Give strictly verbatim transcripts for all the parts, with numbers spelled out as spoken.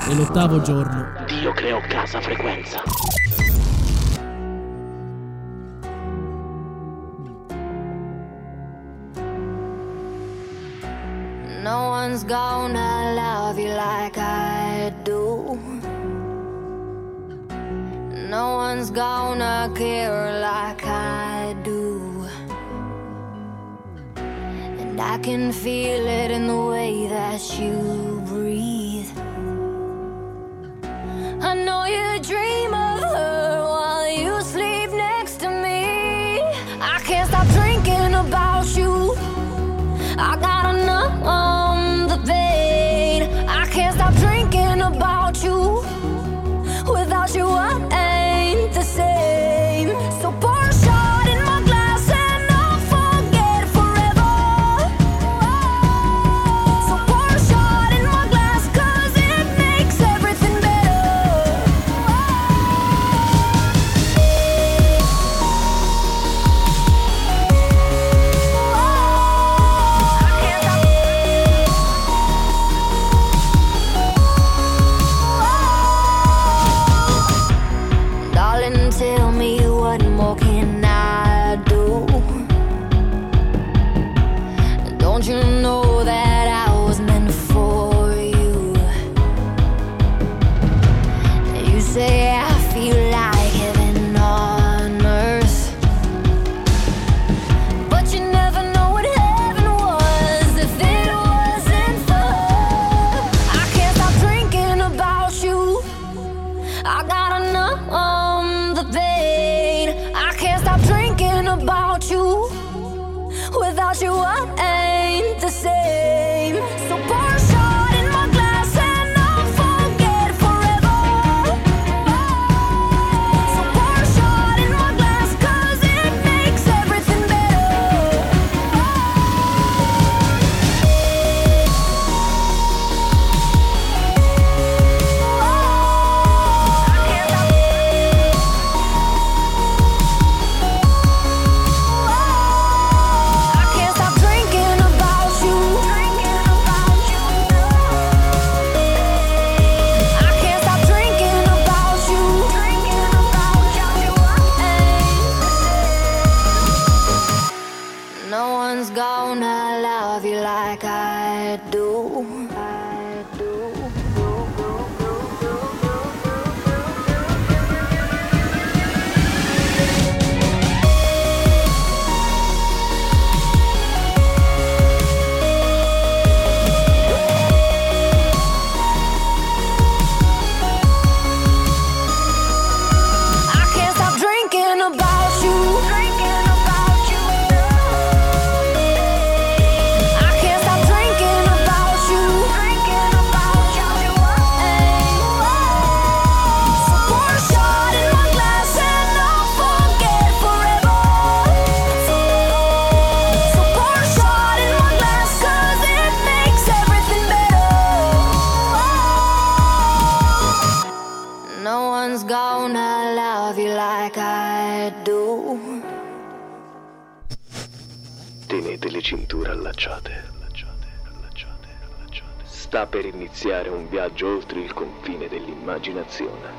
È l'ottavo giorno. Dio creò Casa Frequenza. No one's gonna love you like I do. No one's gonna care like I do. And I can feel it in the way that you breathe. I know you dream of her while you sleep next to me. I can't stop drinking about you. I gotta numb the pain. I can't stop drinking about you. Without you I ain't the same. So pour a shot in my glass and I'll forget forever. So pour a shot in my glass 'cause it makes everything better. Darling, tell me what more can I do? Don't you know that I was meant for you? You say I feel like heaven on earth, but you never know what heaven was if it wasn't for her. I can't stop drinking about you. I gotta numb the pain. I can't stop drinking about you. Without you I ain't the same. So pour a shot in my glass and I'll forget forever. So pour a shot in my glass 'cause it makes everything better. I can't stop drinking about you. I can't stop drinking about you. No one's gonna love you like I do. I do. I can't stop drinking about you. Drinking about you. I can't stop drinking about you. Drinking about you. So pour a shot in my glass and I'll forget forever. So pour a shot in my glass 'cause it makes everything better. No one's gonna love you like I do. Tenete le cinture allacciate. Allacciate, allacciate, allacciate. Sta per iniziare un viaggio oltre il confine dell'immaginazione.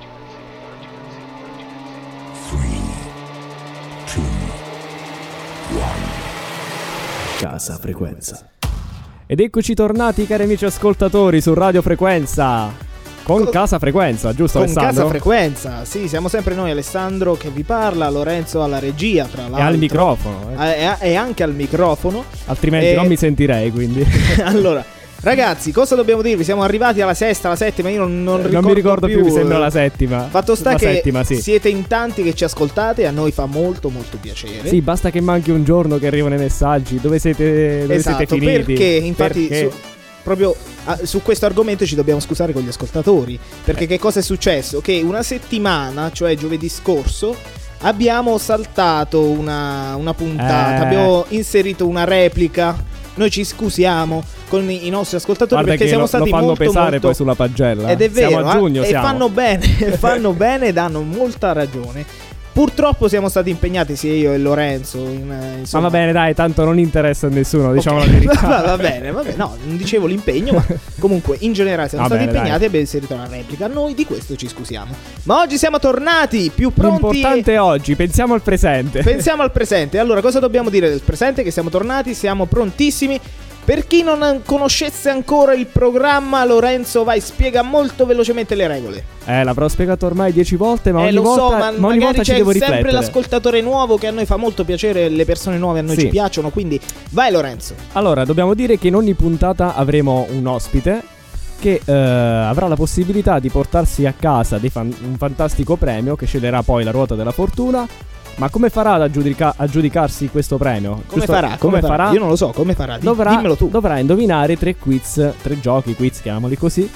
Casa Frequenza. Ed eccoci tornati, cari amici ascoltatori, su Radio Frequenza. Con Co- Casa Frequenza, giusto Con Alessandro? Casa Frequenza, sì, siamo sempre noi, Alessandro che vi parla, Lorenzo alla regia, tra l'altro. E al microfono. eh. E, e anche al microfono. Altrimenti E- non mi sentirei, quindi. Allora, ragazzi, cosa dobbiamo dirvi? Siamo arrivati alla sesta, alla settima, io non, non ricordo non mi ricordo più, mi sembra eh. la settima. Fatto sta la che settima, sì. siete in tanti che ci ascoltate, a noi fa molto molto piacere. Sì, basta che manchi un giorno che arrivano i messaggi. Dove siete, dove Esatto, siete finiti? perché infatti Perché? Su, proprio ah, su questo argomento ci dobbiamo scusare con gli ascoltatori, perché Eh. che cosa è successo? Che una settimana, cioè giovedì scorso, abbiamo saltato una, una puntata, Eh. abbiamo inserito una replica. Noi ci scusiamo con i nostri ascoltatori. Guarda perché che siamo lo, stati lo fanno molto, pesare molto... poi sulla pagella. Ed è vero, siamo a giugno, eh, e siamo. fanno bene, fanno bene e danno molta ragione. Purtroppo siamo stati impegnati sia io e Lorenzo in, insomma... Ma va bene, dai, tanto non interessa a nessuno, diciamo okay. la verità. va, va bene, va bene. No, non dicevo l'impegno, ma comunque in generale siamo va stati bene, impegnati dai. e abbiamo inserito la replica. Noi di questo ci scusiamo. Ma oggi siamo tornati più pronti. L'importante è oggi, pensiamo al presente. Pensiamo al presente. Allora, cosa dobbiamo dire del presente? Che siamo tornati, siamo prontissimi. Per chi non conoscesse ancora il programma, Lorenzo, vai, spiega molto velocemente le regole. Eh, l'avrò spiegato ormai dieci volte, ma eh, ogni lo volta, so, ma, ma ogni volta c'è ci devo sempre riflettere. l'ascoltatore nuovo, che a noi fa molto piacere, le persone nuove a noi Sì. ci piacciono, quindi vai Lorenzo. Allora, dobbiamo dire che in ogni puntata avremo un ospite che eh, avrà la possibilità di portarsi a casa dei fan- un fantastico premio che sceglierà poi la ruota della fortuna. Ma come farà ad aggiudica- a giudicarsi questo premio? Come Giusto? farà? Come, come farà? farà? Io non lo so, come farà? Di- Dovrà, dimmelo tu. dovrà indovinare tre quiz, tre giochi, quiz chiamiamoli così,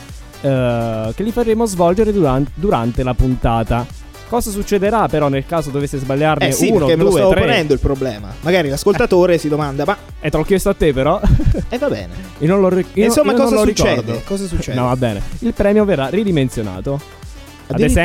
eh, che li faremo svolgere duran- durante la puntata. Cosa succederà però nel caso dovesse sbagliarne Eh sì, uno, perché me lo due, stavo tre? ponendo il problema. Magari l'ascoltatore si domanda, ma... E te l'ho chiesto a te però. E va bene. Io non lo, ri- io, Insomma, io cosa non lo succede? ricordo. Cosa succede? No, va bene. Il premio verrà ridimensionato. Ad Addirittura.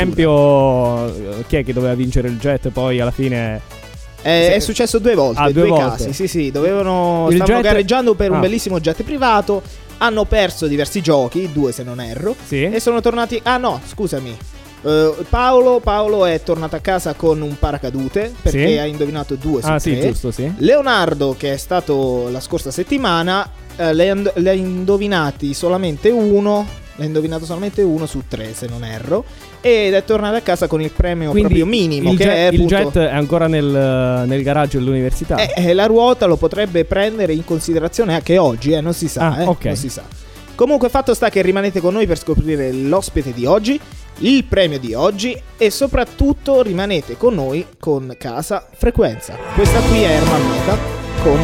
esempio, chi è che doveva vincere il jet poi alla fine... È, Se- è successo due volte, Ah, due, due volte. casi. Sì, sì, dovevano. Il Stavano jet- gareggiando per un Ah. bellissimo jet privato. Hanno perso diversi giochi, due se non erro. Sì. E sono tornati. Ah, no, scusami. Eh, Paolo, Paolo è tornato a casa con un paracadute perché Sì. ha indovinato due su Ah tre. sì, giusto, sì. Leonardo, che è stato la scorsa settimana, eh, le, ha, le ha indovinati solamente uno. L'ha indovinato solamente uno su tre, se non erro. Ed è tornato a casa con il premio Quindi proprio minimo. il, che jet, è il appunto, jet è ancora nel, nel garage dell'università. Eh, eh, la ruota lo potrebbe prendere in considerazione anche oggi, eh, non si sa, Ah, eh, ok. non si sa. Comunque fatto sta che rimanete con noi per scoprire l'ospite di oggi, il premio di oggi e soprattutto rimanete con noi con Casa Frequenza. Questa qui è Ermal Meta con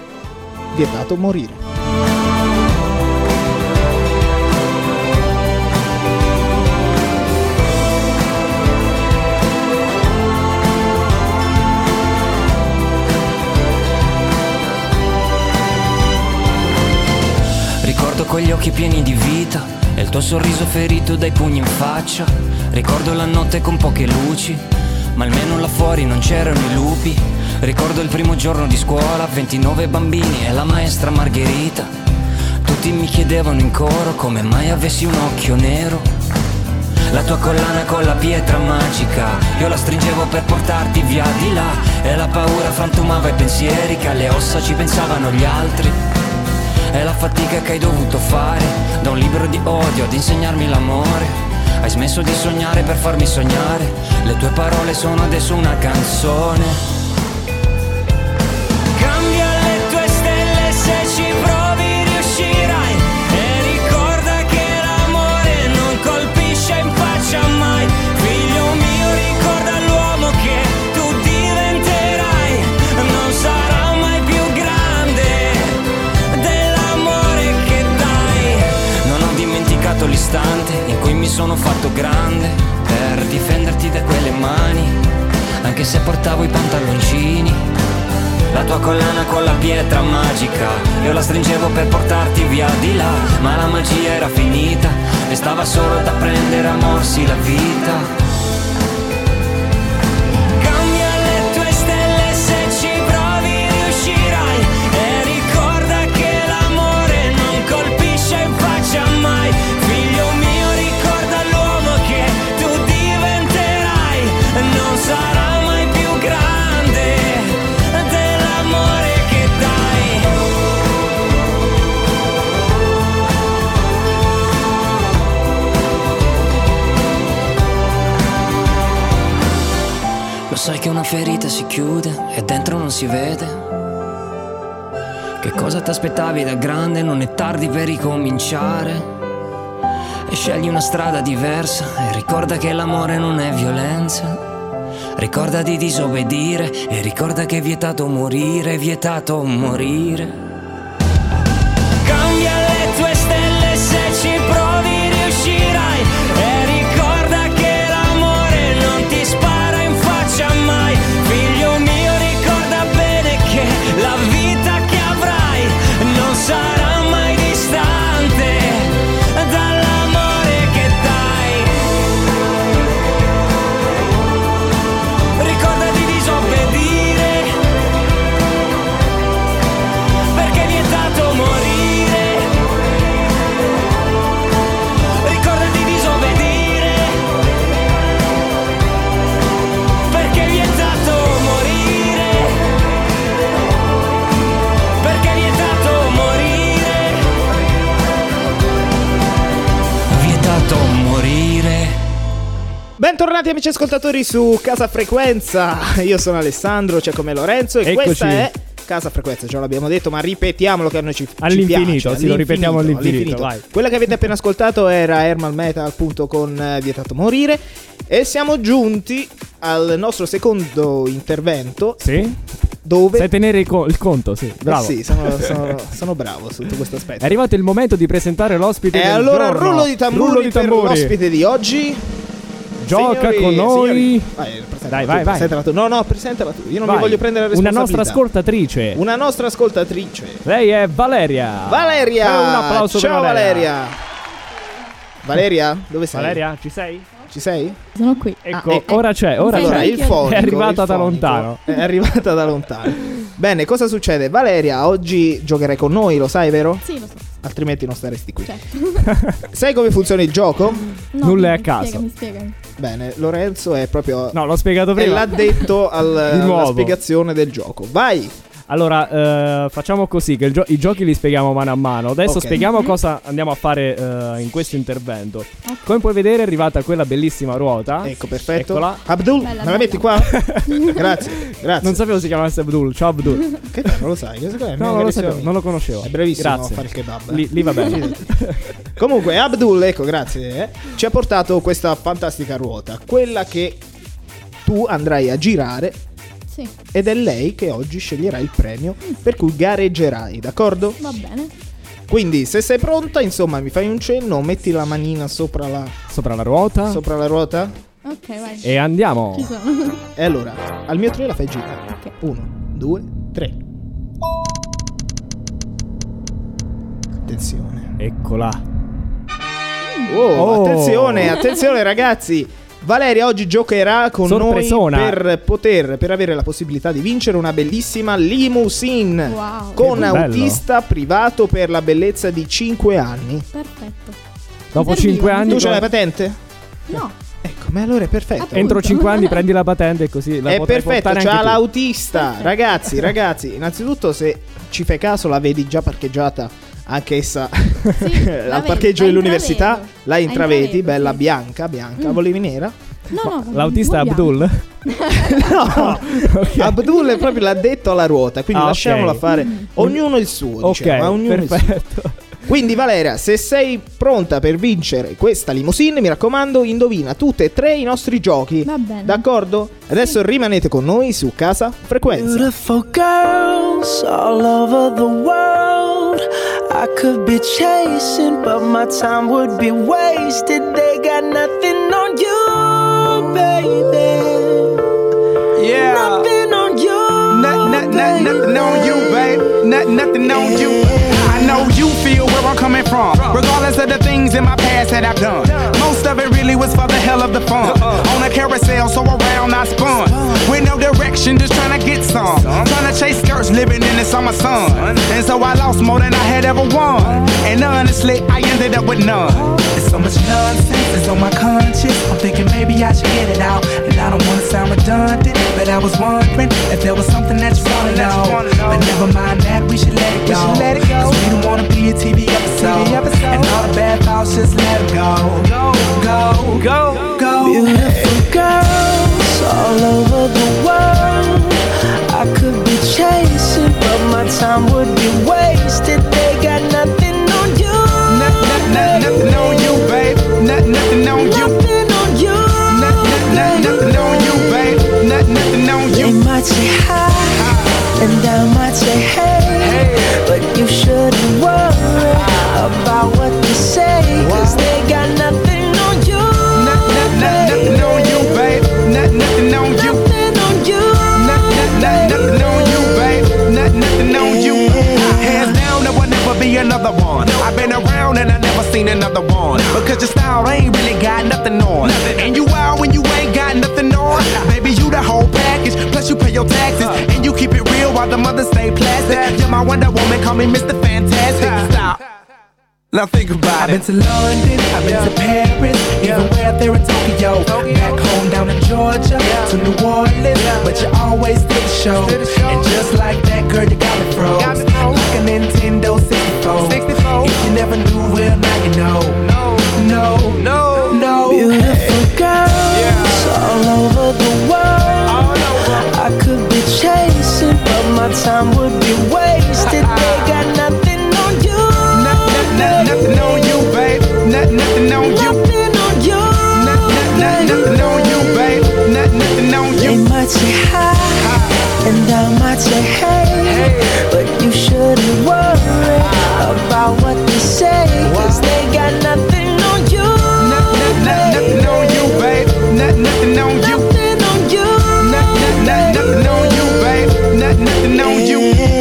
Vietato Morire. Ricordo quegli occhi pieni di vita e il tuo sorriso ferito dai pugni in faccia. Ricordo la notte con poche luci, ma almeno là fuori non c'erano i lupi. Ricordo il primo giorno di scuola, ventinove bambini e la maestra Margherita. Tutti mi chiedevano in coro come mai avessi un occhio nero. La tua collana con la pietra magica, io la stringevo per portarti via di là. E la paura frantumava i pensieri, che alle ossa ci pensavano gli altri. È la fatica che hai dovuto fare, da un libro di odio ad insegnarmi l'amore. Hai smesso di sognare per farmi sognare, le tue parole sono adesso una canzone. Cambia le tue stelle, se ci provi riuscirai. E ricorda che l'amore non colpisce in faccia mai. Figlio mio, ricorda l'uomo che tu diventerai. Non sarà mai più grande dell'amore che dai. Non ho dimenticato l'istante in cui mi sono fatto grande per difenderti da quelle mani, anche se portavo i pantaloncini. La tua collana con la pietra magica, io la stringevo per portarti via di là, ma la magia era finita e stava solo da prendere a morsi la vita. Cambia le tue stelle, se ci provi riuscirai. E ricorda che l'amore non colpisce in faccia mai. Figlio mio, ricorda l'uomo che tu diventerai. Non sarà mai più grande dell'amore che dai. Lo sai che una ferita si chiude e dentro non si vede. Che cosa ti aspettavi da grande? Non è tardi per ricominciare. E scegli una strada diversa e ricorda che l'amore non è violenza. Ricorda di disobbedire e ricorda che è vietato morire, è vietato morire. Cambia le tue stelle, se ci provi riuscirai. E ricorda che l'amore non ti spara in faccia mai. Figlio mio, ricorda bene che la vita che avrai non sarà mai distante dall'amore che dai. Bentornati amici ascoltatori su Casa Frequenza. Io sono Alessandro, c'è come Lorenzo e Eccoci. questa è Casa Frequenza, già l'abbiamo detto, ma ripetiamolo che a noi ci, All'infinito, ci piace. sì, lo ripetiamo all'infinito, vai. Quella che avete appena ascoltato era Hermal Metal, appunto, con eh, Vietato Morire. E siamo giunti al nostro secondo intervento. Sì? Dove... Sai tenere il, co- il conto, sì, bravo. Eh sì, sono, sono, sono bravo su tutto questo aspetto. È arrivato il momento di presentare l'ospite E del allora giorno. rullo di tamburi, Rullo di per tamburi. l'ospite di oggi. Gioca Signori, con noi. signori. Vai, presentala Dai, tu, vai, vai. presentala tu. No, no, presentala tu. Io non Vai. mi voglio prendere la Una responsabilità. nostra ascoltatrice. Una nostra ascoltatrice. Lei è Valeria. Valeria. Eh, un applauso Ciao per Valeria. Valeria, dove sei? Valeria, ci sei? Ci sei? Sono qui. Ecco, Ah, eh, ora c'è, ora allora, c'è. il fonico, È arrivata il da fonico lontano. È arrivata da lontano. Bene, cosa succede? Valeria, oggi giocherai con noi, lo sai, vero? Sì, lo so. Altrimenti non staresti qui. Certo. Sai come funziona il gioco? No, Nulla è a mi- caso. Spiegami, spiegami. Bene, Lorenzo è proprio No, l'ho spiegato è prima. l'addetto al, Di alla nuovo. spiegazione del gioco. Vai! Allora, eh, facciamo così, che il gio- i giochi li spieghiamo mano a mano. Adesso Ok. spieghiamo cosa andiamo a fare eh, in questo intervento. Come puoi vedere è arrivata quella bellissima ruota. Ecco, perfetto. Eccola. Abdul, Bella, me la metti bella. qua? Grazie, grazie. Non sapevo si chiamasse Abdul. Ciao Abdul. Che te, non lo sai? Questo qua è il mio No, non lo, carissimo sapevo, amico. non lo conoscevo. È bravissimo Grazie. a fare il kebab. eh. Lì, lì va bene. Comunque, Abdul, ecco, grazie. eh, ci ha portato questa fantastica ruota. Quella che tu andrai a girare. Sì, Ed è lei che oggi sceglierà il premio per cui gareggerai, d'accordo? va bene. Quindi, se sei pronta, insomma, mi fai un cenno, metti la manina sopra la, Sopra la ruota. sopra la ruota. Ok, vai. E andiamo. Ci sono. E allora, al mio tre la fai girare. Ok. Uno, due, tre. Attenzione. Eccola. Oh, Oh. attenzione, attenzione ragazzi. Valeria oggi giocherà con Sorpresona. noi per poter, per avere la possibilità di vincere una bellissima limousine Wow. con Che bello. autista privato per la bellezza di cinque anni. Perfetto. Dopo Mi serviva, cinque mi anni. Tu ce l'hai con- la patente? No. Ecco, ma allora è perfetto. Appunto. Entro cinque anni prendi la patente e così la È potrai perfetto, portare c'ha anche tu. l'autista. Perfetto. Ragazzi, ragazzi, innanzitutto se ci fai caso la vedi già parcheggiata anch'essa Sì, la al vedo, parcheggio la dell'università. intravedo. La La intravedi, intravedo, bella sì. bianca, bianca. Mm. Volevi nera? No, no. L'autista è non Abdul. No, Ok. Abdul è proprio l'addetto alla ruota, quindi Ah, ok. lasciamola fare. Ognuno il suo, Ok, diciamo, ma ognuno il suo. perfetto. Quindi Valeria, se sei pronta per vincere questa limousine, mi raccomando, indovina tutte e tre i nostri giochi. Va bene. D'accordo? Adesso rimanete con noi su Casa Frequenza. Beautiful girls all over the world. I could be chasing, but my time would be wasted. They got nothing on you, baby. Yeah. Nothing on you. Not, not, not, nothing on you, babe. Not, nothing on you. I know you feel where I'm coming from, regardless of the things in my past that I've done. Most of it really was for the hell of the fun. On a carousel, so around I spun. With no direction, just trying to get some. Trying to chase skirts, living in the summer sun. And so I lost more than I had ever won. And honestly, I ended up with none. There's so much nonsense that's on my conscience. I'm thinking maybe I should get it out. And I don't wanna sound redundant, but I was wondering if there was something that you wanna know. But never mind that, we should let it go. Cause we don't wanna be a T V episode. And all the bad thoughts, just let it go. Go, go, go, go. Beautiful girls all over the world. I could be chasing, but my time would be wasted. They got nothing on you. Not, not, not, nothing on you, babe. Not, nothing on you. Nothing on you. Not, not, not, nothing on you, babe. Not, nothing on They you. might say hi, and I might say hey, but you shouldn't worry about what they say, cause they got nothing on you. Not, not, not, nothing on you, babe. Not, nothing on you. Nothing on you. Not, not, not, nothing on you, babe. Not, nothing on you. Hands down, there will never be another one. I've been around and I never seen another one. Because your style ain't really got nothing on. And you out when you ain't got nothing on. Baby, you the whole package. Plus you pay your taxes. And you keep it real while the mothers stay plastic. You're my Wonder Woman, call me Mister Fantastic. Stop. Now think about it. I've been to London, I've been to Paris, even way out there in Tokyo. Back home down in Georgia, to New Orleans, but you always did the show. And just like that, girl, you got me froze, like a Nintendo sixty-four. If you never knew, well now you know. No, no, no, no. Beautiful girls on you. Nothing on you. Nothing on you, babe. Nothing on you. They might say hi, and I might say hey, but you shouldn't worry about what they say, cause they got nothing on you. Nothing on you, babe. Nothing on you. Nothing on you. Nothing on you, babe. Nothing on you.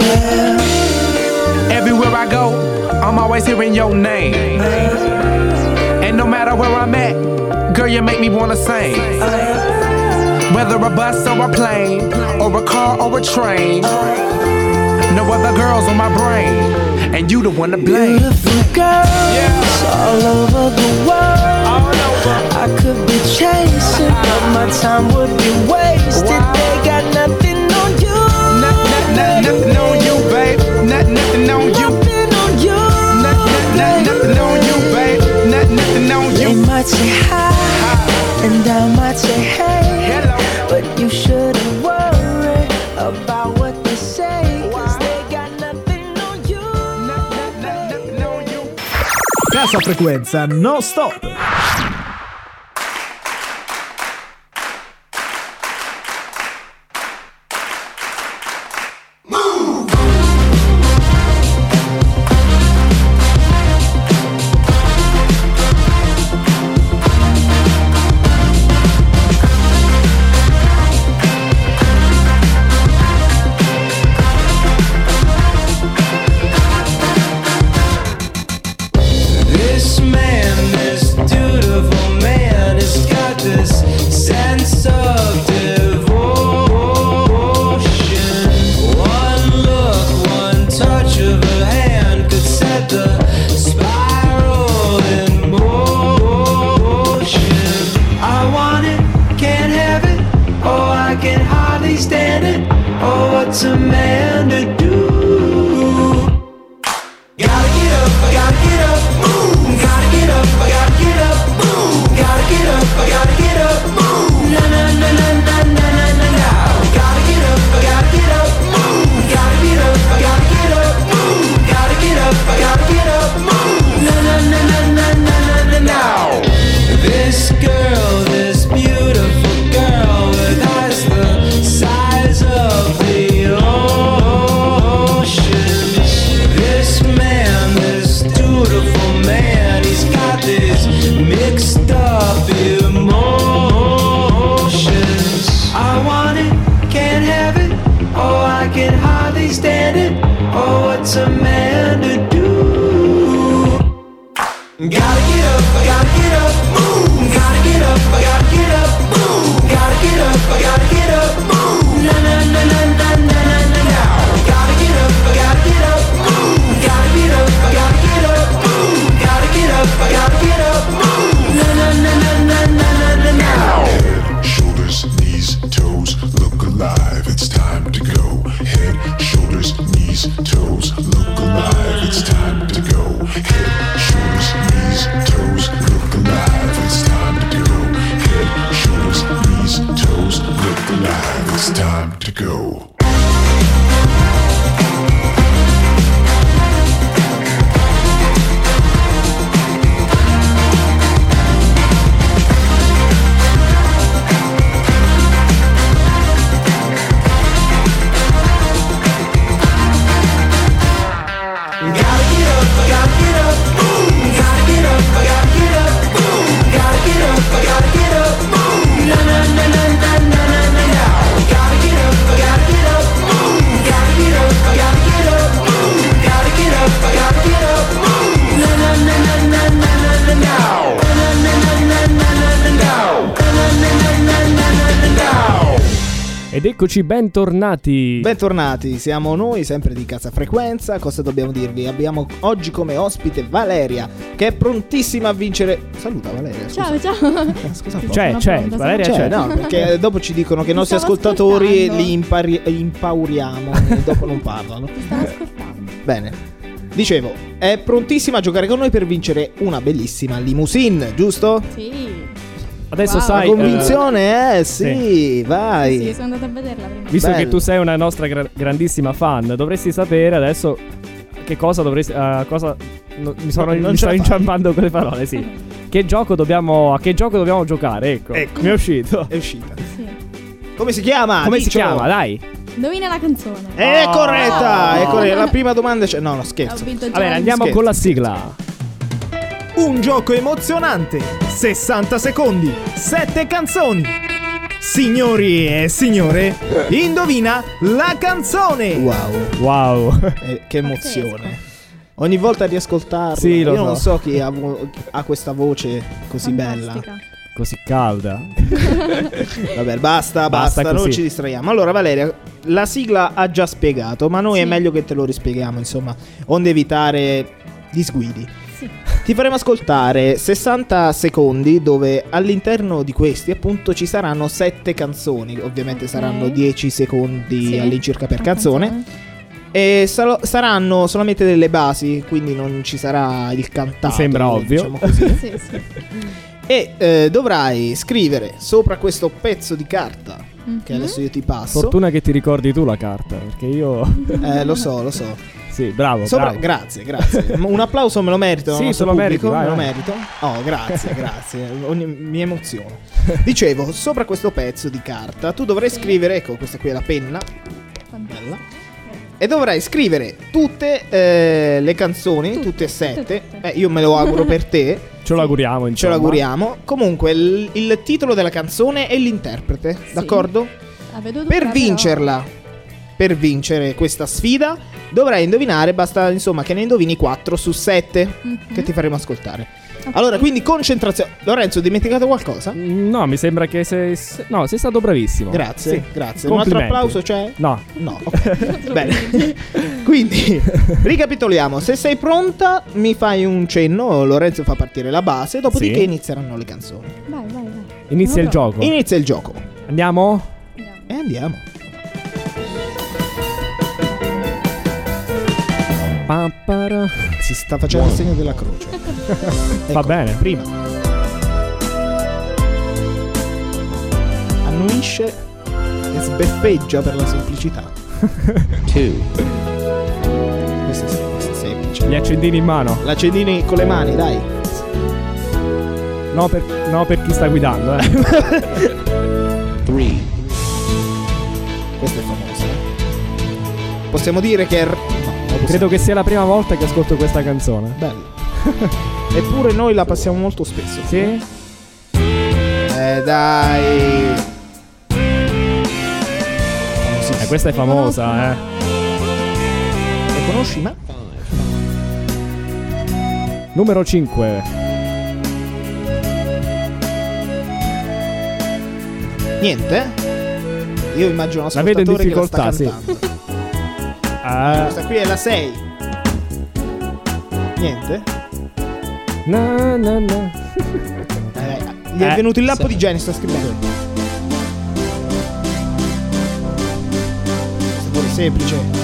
Everywhere I go, I'm always hearing your name. And no matter where I'm at, girl, you make me wanna sing. Whether a bus or a plane, or a car or a train, no other girls on my brain, and you the one to blame. Beautiful girls yeah. all over the world. All over. I could be chasing, but my time would be wasted. Wow. They got nothing on you. Nothing, nothing on you, babe. Nothing, nothing on you. Nothing on you. Nothing, nothing on you, babe. Nothing on you. They might say hi, and I might say hey, hello. But you shouldn't worry about what they say, cause they got nothing on you. Nothing on you. Casa Frequenza, no stop. Ed eccoci, bentornati. Bentornati, siamo noi sempre di Casa Frequenza. Cosa dobbiamo dirvi? Abbiamo oggi come ospite Valeria, che è prontissima a vincere. Saluta Valeria. Scusa. Ciao, ciao. Eh, scusa un po'. C'è, c'è, pronta, Valeria C'è, c'è. no, perché dopo ci dicono che i nostri stavo ascoltatori ascoltando. li impari- impauriamo e dopo non parlano. Ti stavo ascoltando. Bene. Dicevo, è prontissima a giocare con noi per vincere una bellissima limousine, giusto? Sì. Adesso Wow. sai, La convinzione, eh, sì, sì. vai. Sì, sono andata a vederla prima. visto Bello. che tu sei una nostra gra- grandissima fan, dovresti sapere adesso che cosa dovresti... Uh, cosa... no, mi sono, Non mi ce sto la fai. inciampando con le parole, sì. che gioco dobbiamo, a che gioco dobbiamo giocare? Ecco, Ecco. mi è uscito. È uscita. Sì. Come si chiama? Come si Diccelo. chiama? Dai. Indovina la canzone. È Oh. corretta, è corretta. La prima domanda c'è. No, no, Ho scherzo. vinto già. Va bene, andiamo Scherzo, con la scherzo. sigla. Un gioco emozionante, sessanta secondi, sette canzoni. Signori e signore, indovina la canzone. Wow, Wow. eh, che emozione. Ogni volta di ascoltarla, Sì, lo io so. non so chi ha, vo- ha questa voce così bella. Così calda. Vabbè, basta, basta, Basta non così. ci distraiamo. Allora, Valeria, la sigla ha già spiegato, ma noi Sì. è meglio che te lo rispieghiamo, insomma, onde evitare disguidi. Sì. Ti faremo ascoltare sessanta secondi dove all'interno di questi appunto ci saranno sette canzoni. Ovviamente Ok. saranno dieci secondi Sì. all'incirca per Una canzone. E salo- saranno solamente delle basi, quindi non ci sarà il cantato. Mi sembra ovvio. diciamo così. Sì, sì. E eh, dovrai scrivere sopra questo pezzo di carta che Mhm. adesso io ti passo. Fortuna che ti ricordi tu la carta, perché io... Eh, lo so, lo so. Sì, bravo, Sopra- bravo. grazie, grazie. Un applauso me lo merito. Sì, al nostro te lo meriti, pubblico, vai, me lo vai. merito. Oh, grazie, grazie. Ogni- mi emoziono. Dicevo, sopra questo pezzo di carta tu dovrai scrivere, ecco, questa qui è la penna, bella. E dovrai scrivere tutte eh, le canzoni, tutte, Tutte, e sette. tutte. Eh, io me lo auguro per te. Ce lo auguriamo, Ce insomma. l'auguriamo. Comunque, il, il titolo della canzone e l'interprete, Sì. d'accordo? La vedo tutta, Per però- vincerla, per vincere questa sfida, dovrai indovinare, basta insomma che ne indovini quattro su sette Mhm. che ti faremo ascoltare. Ok. Allora, quindi concentrazione. Lorenzo, ho dimenticato qualcosa? No, mi sembra che sei... se- No, sei stato bravissimo. Grazie, Sì. grazie. Un altro Complimenti. applauso c'è? No. No, ok. Bene. Quindi, ricapitoliamo. Se sei pronta, mi fai un cenno. Lorenzo fa partire la base. Dopodiché Sì. inizieranno le canzoni. Vai, vai, vai. Inizia il Sono gioco. Inizia il gioco. Andiamo? pronta. Andiamo. E andiamo. Pampara. Si sta facendo il segno della croce. Va bene. Prima. Annuisce e sbeffeggia per la semplicità. two, Questo è, questo è semplice. Gli accendini in mano. L'accendini con le mani, dai. No per, no per chi sta guidando, eh. three, Questa è famosa. eh. Possiamo dire che è... r- No, non possiamo. Credo che sia la prima volta che ascolto questa canzone. Bella. Eppure noi la passiamo molto spesso. Sì? Eh dai. Eh, questa è famosa, eh. Le conosci, ma? Numero cinque. Niente? Io immagino un La vedo in ascoltatore che la sta difficoltà, sì. cantando. Ah. Questa qui è la sei. Niente? Na, na, na. Eh, gli è Eh, venuto il lampo sì. di Jenny, sta scrivendo. Questo è pure semplice.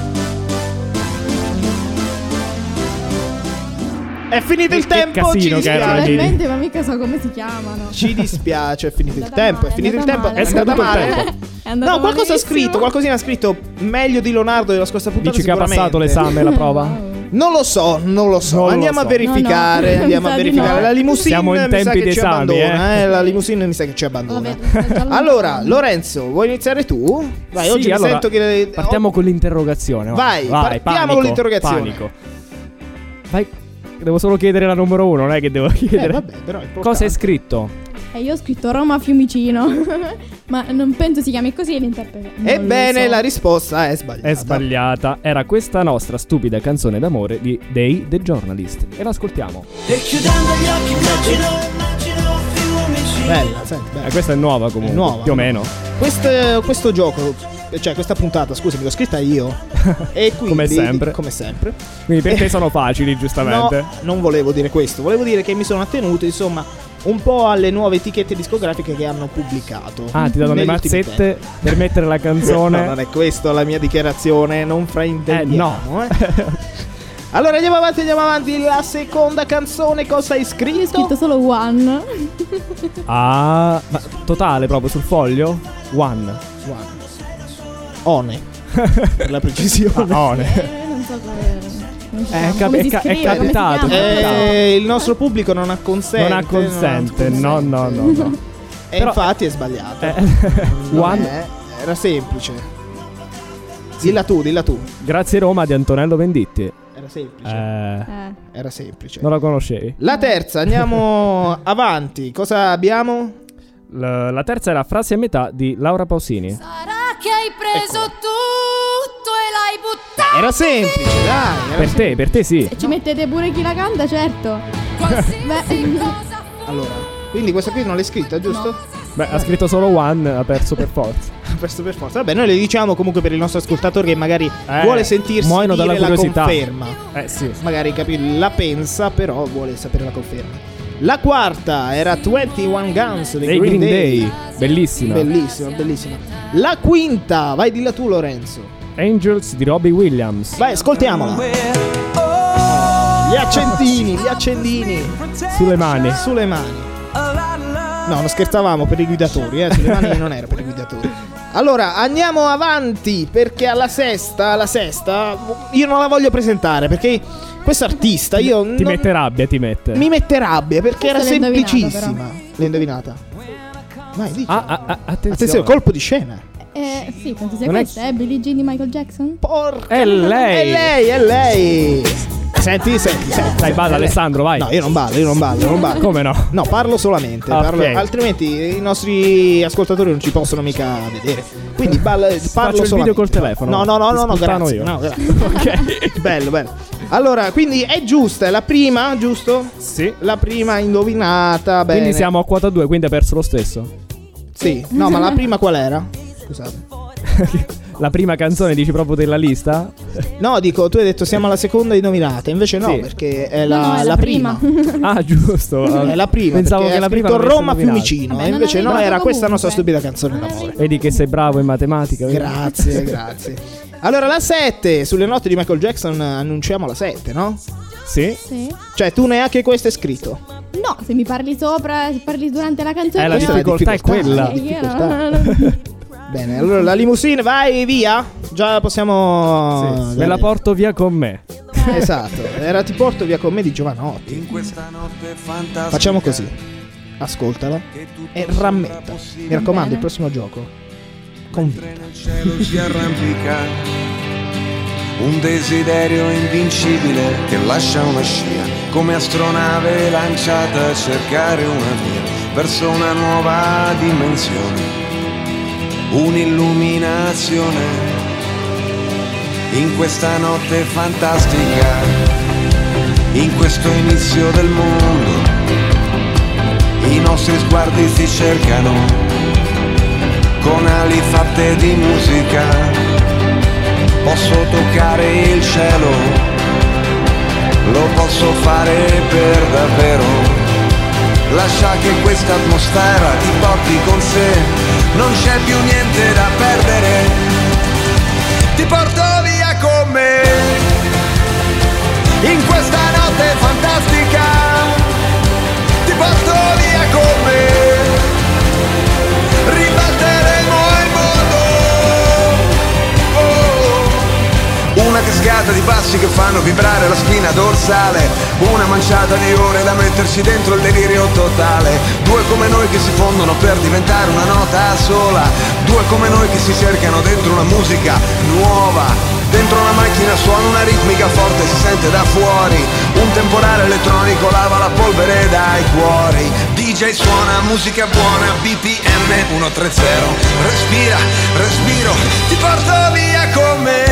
È finito il Che tempo, ci casino che era dispiace. lì. Probabilmente, ma mica so come si chiamano. Ci dispiace, è finito il È andata tempo, è male, finito è il tempo, andata è male. andata È male. scaduto il tempo. È andato No, qualcosa ha malissimo. scritto, qualcosina ha scritto meglio di Leonardo della scorsa puntata. Dici che ha passato sicuramente. l'esame, la prova? Wow. Non lo so, non lo so. Non lo Andiamo so. a verificare. No, no. Andiamo a Mi sa di verificare. no. La limousine Siamo in mi sa tempi che ci d'esami, abbandona. eh. Eh. La limousine mi sa che ci abbandona. Vabbè, sta già Allora, lontano. Lorenzo, vuoi iniziare tu? Vai, Sì, oggi mi allora, sento che. Partiamo con l'interrogazione. va. Vai, partiamo panico, con l'interrogazione. Panico. Vai. Devo solo chiedere la numero uno, non è che devo Eh, chiedere. vabbè, però è Cosa è importante. scritto? E io ho scritto Roma Fiumicino. Ma non penso si chiami così l'interprete. Non Ebbene, lo so. la risposta è sbagliata. È sbagliata. Era questa nostra stupida canzone d'amore di Day The Journalist. E l'ascoltiamo. E chiudendo gli occhi immagino, immagino fiumi. Bella, senti, bella. Eh, questa è nuova comunque. È nuova. Più o meno. Questo, questo gioco, cioè questa puntata, scusami, l'ho scritta io. E quindi, Come sempre. Come sempre. Quindi per te Eh, sono facili, giustamente. No, non volevo dire questo. Volevo dire che mi sono attenuto, insomma, un po' alle nuove etichette discografiche che hanno pubblicato. Ah, ti danno le negli ultimi mazzette tempi. per mettere la canzone. No, non è questa la mia dichiarazione, non fraintendiamo. Eh, eh. Allora andiamo avanti, andiamo avanti. La seconda canzone, cosa hai Ho scritto? scritto solo One. Ah, ma totale proprio sul foglio? One. One. One. Per la precisione. Ah, one. Eh, non so fare. Non come si È chiama, cap- come è si ca- è scrive, come si capitato, chiama. è capitato. Eh, il nostro pubblico non acconsente. Non acconsente, non no, no, no, no. E Però- infatti è sbagliato. Eh, Non one- è, era semplice. Dilla tu, dilla tu. Grazie Roma di Antonello Venditti. Era semplice. Eh, Eh. Era semplice. non la conoscevi? La terza, andiamo avanti. Cosa abbiamo? L- la terza era Frasi a metà di Laura Pausini. Sarà che hai preso tutto e l'hai buttato. Era semplice, dai. Era Per te, per te sì. Se ci mettete pure chi la canta, certo. Beh, Allora, quindi questa qui non l'hai scritta, giusto? Beh, ha scritto solo One, ha perso per forza. Ha perso per forza. Vabbè, noi le diciamo comunque per il nostro ascoltatore che magari Eh, vuole sentirsi muoiono dire dalla la curiosità. conferma. Eh sì. Magari capire la pensa, però vuole sapere la conferma. La quarta era ventuno Guns dei Dei Green, Green Day. Day. Bellissima. Bellissima, bellissima. La quinta, vai dilla tu Lorenzo. Angels di Robbie Williams. Vai, ascoltiamola. Gli accendini, gli accendini Sulle mani. sulle mani. No, non scherzavamo per i guidatori, eh. Sulle mani non era per i guidatori. Allora, andiamo avanti perché alla sesta, alla sesta, io non la voglio presentare perché questo artista io Ti non- mette rabbia, ti mette. mi mette rabbia perché era Questa l'hai indovinata, semplicissima. L'hai indovinata? Vai, dici. Ah, ah, ah, attenzione. Attenzione, colpo di scena. eh, sì, penso sia Non è- questa, eh? Billie Jean di Michael Jackson? Porca. È lei. È lei, è lei. Senti, senti, senti. Dai, balla È lei. Alessandro, vai. No, io non ballo, io non ballo, non ballo. Come no? No, parlo solamente, Ok. parlo- altrimenti i nostri ascoltatori non ci possono mica vedere. Quindi balla, parlo Faccio il solamente. video col telefono. No, no, no, Ti no, no, sputtano grazie. io. No, grazie. Ok. Bello, bello. Allora, quindi è giusta, è la prima, giusto? Sì. La prima indovinata, bene. Quindi siamo a quota due, quindi hai perso lo stesso. Sì, no, ma la prima qual era? Scusate. La prima canzone dici proprio della lista? No, dico, tu hai detto siamo alla seconda indovinata, invece no, Sì. perché è la, No, no, è la la prima. prima. Ah, giusto. È la prima, Pensavo perché che la ha prima scritto l'avessi Roma indovinata. Fiumicino, Vabbè, e non invece no, avevi era comunque. questa nostra stupida canzone d'amore. Vedi che sei bravo in matematica. vedi? Grazie, grazie. Allora, la sette, sulle note di Michael Jackson annunciamo la sette, no? Sì. Sì. Cioè, tu neanche questo è scritto. No, se mi parli sopra, se parli durante la canzone. Eh, la Questa difficoltà è quella. Eh, io difficoltà. no. Bene, allora la limousine, vai via. Già possiamo... Sì. Me la porto via con me. Esatto, era Ti porto via con me di Giovanotti. In questa notte fantastica. Facciamo così. Ascoltala e rammetta. Mi raccomando, Bene. il prossimo gioco. Convinta. Mentre nel cielo si arrampica un desiderio invincibile che lascia una scia come astronave lanciata a cercare una via verso una nuova dimensione, un'illuminazione in questa notte fantastica, in questo inizio del mondo. I nostri sguardi si cercano con ali fatte di musica. Posso toccare il cielo, lo posso fare per davvero. Lascia che questa atmosfera ti porti con sé, non c'è più niente da perdere. Ti porto via con me, in questa notte fantastica. Ti porto via con me, ribalteremo il mondo. Oh. Una cascata di passi che fanno vibrare la spina dorsale, una manciata di ore da metterci dentro il delirio totale. Due come noi che si fondono per diventare una nota sola, due come noi che si cercano dentro una musica nuova. Dentro una macchina suona una ritmica forte, si sente da fuori. Un temporale elettronico lava la polvere dai cuori. D J suona musica buona, B P M centotrenta. Respira, respiro, ti porto via con me,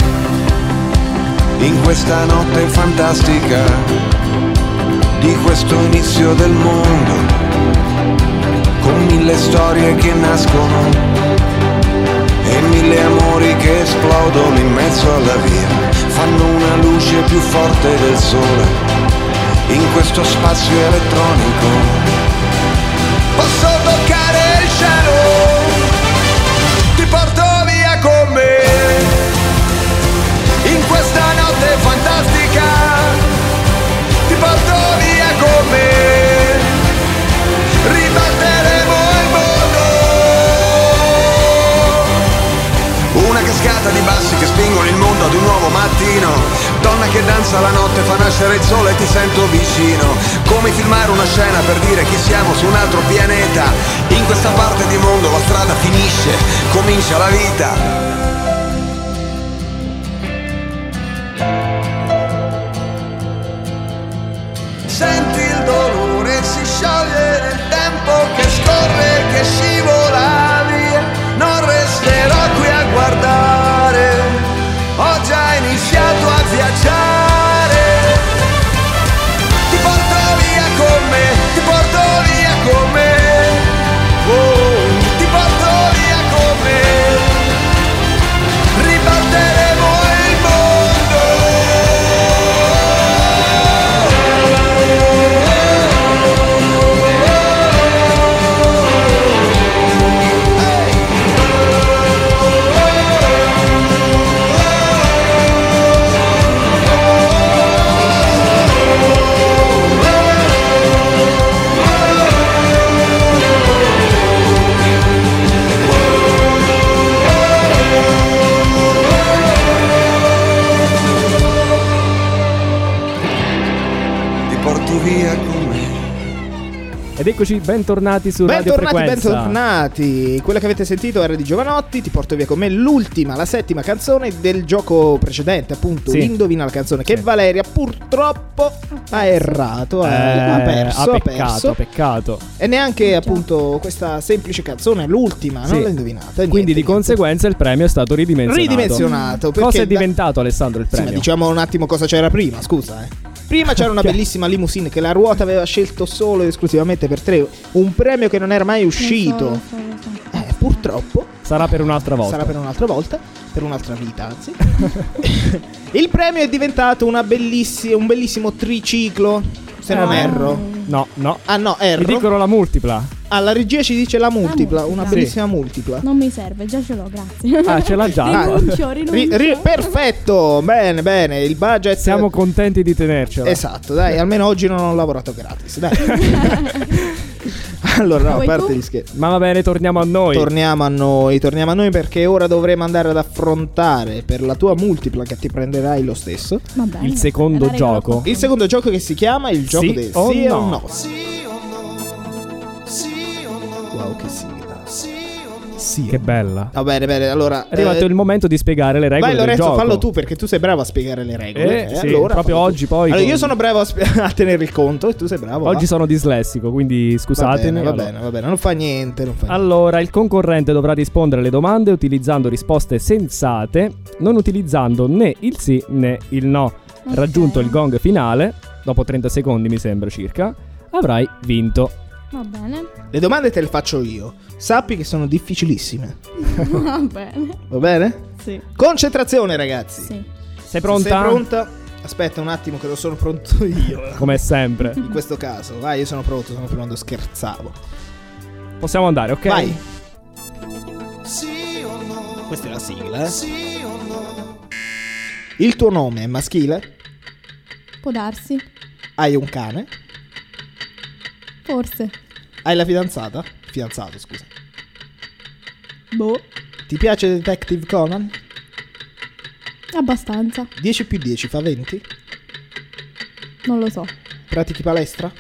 in questa notte fantastica, di questo inizio del mondo, con mille storie che nascono e mille amori che esplodono in mezzo alla via, fanno una luce più forte del sole, in questo spazio elettronico. Posso toccare il cielo, ti porto via con me, in questa notte fantastica. Ti porto via con me, ribalteremo il mondo. Una cascata di bassi che spingono il mondo ad un nuovo mattino. Donna che danza la nel sole ti sento vicino, come filmare una scena per dire chi siamo su un altro pianeta. In questa parte di mondo la strada finisce, comincia la vita. Senti il dolore, si scioglie nel tempo che scorre, che scivola via. Non resterò qui a guardare, ho già iniziato a viaggiare. Ti porto via con me, ti porto via con me, oh, ti porto via con me. Ribalteremo il mondo. Via con me. Ed eccoci, bentornati su Radio Bentornati, Frequenza. bentornati. Quella che avete sentito era di Giovanotti, Ti porto via con me, l'ultima, la settima canzone del gioco precedente, appunto, Sì. Indovina la canzone, che Sì. Valeria purtroppo ha errato, ha- Eh, ha perso, ha ha peccato, perso. ha peccato. E neanche appunto questa semplice canzone, l'ultima, Sì. non l'ha indovinata. Niente, Quindi di niente. conseguenza il premio è stato ridimensionato. Ridimensionato, perché Cosa è da- diventato, Alessandro, il Sì, ma premio? diciamo un attimo cosa c'era prima, scusa eh. Prima c'era una Ok. bellissima limousine che la ruota aveva scelto solo ed esclusivamente per tre, un premio che non era mai uscito. Lo so, lo so, lo so. Eh, purtroppo Sarà per un'altra volta. sarà per un'altra volta, per un'altra vita, anzi. Il premio è diventato una bellissi- un bellissimo triciclo, se non Ah. erro. No, no. Ah no, Mi erro. dicono la multipla. Ah, la regia ci dice la multipla, multipla. una Sì. bellissima multipla. Non mi serve, già ce l'ho, grazie. Ah, ce l'ha già. Rinuncio, Ri- rinuncio. ri- perfetto, bene, bene, il budget. Siamo contenti di tenercela. Esatto, dai, almeno oggi non ho lavorato gratis, dai. Allora, no, a Vuoi parte tu? gli scherzi. Ma va bene, torniamo a noi. Torniamo a noi, torniamo a noi perché ora dovremo andare ad affrontare per la tua multipla che ti prenderai lo stesso Va bene, Il secondo la regola gioco. qua. il secondo gioco che si chiama il gioco Sì del o sì no? o no. Wow, che sigla. Sì. Che bella. Va bene, bene, allora È arrivato eh, il momento di spiegare le regole vai del Lorenzo, gioco. fallo tu perché tu sei bravo a spiegare le regole. Eh, eh, sì, allora, proprio fallo tu. oggi poi Allora, con- io sono bravo a, spi- a tenere il conto e tu sei bravo. Oggi va. sono dislessico, quindi Va scusatemi. bene, va Allora. bene, va bene, non fa niente, non fa niente. Allora, il concorrente dovrà rispondere alle domande utilizzando risposte sensate, non utilizzando né il sì né il no. Ok. Raggiunto il gong finale, dopo trenta secondi mi sembra circa, avrai vinto. Va bene. Le domande te le faccio io. Sappi che sono difficilissime. Va bene. Va bene? Sì. Concentrazione, ragazzi. Sì. Sei pronta? Sei pronta? Aspetta un attimo che lo sono pronto io. Come sempre. In questo caso, vai, io sono pronto, sono pronto, scherzavo. Possiamo andare, ok? Vai. Questa è la sigla, eh? Il tuo nome è maschile? Può darsi. Hai un cane? Forse. Hai la fidanzata? Fidanzato, scusa. Boh. Ti piace Detective Conan? Abbastanza. dieci più dieci fa venti? Non lo so. Pratichi palestra?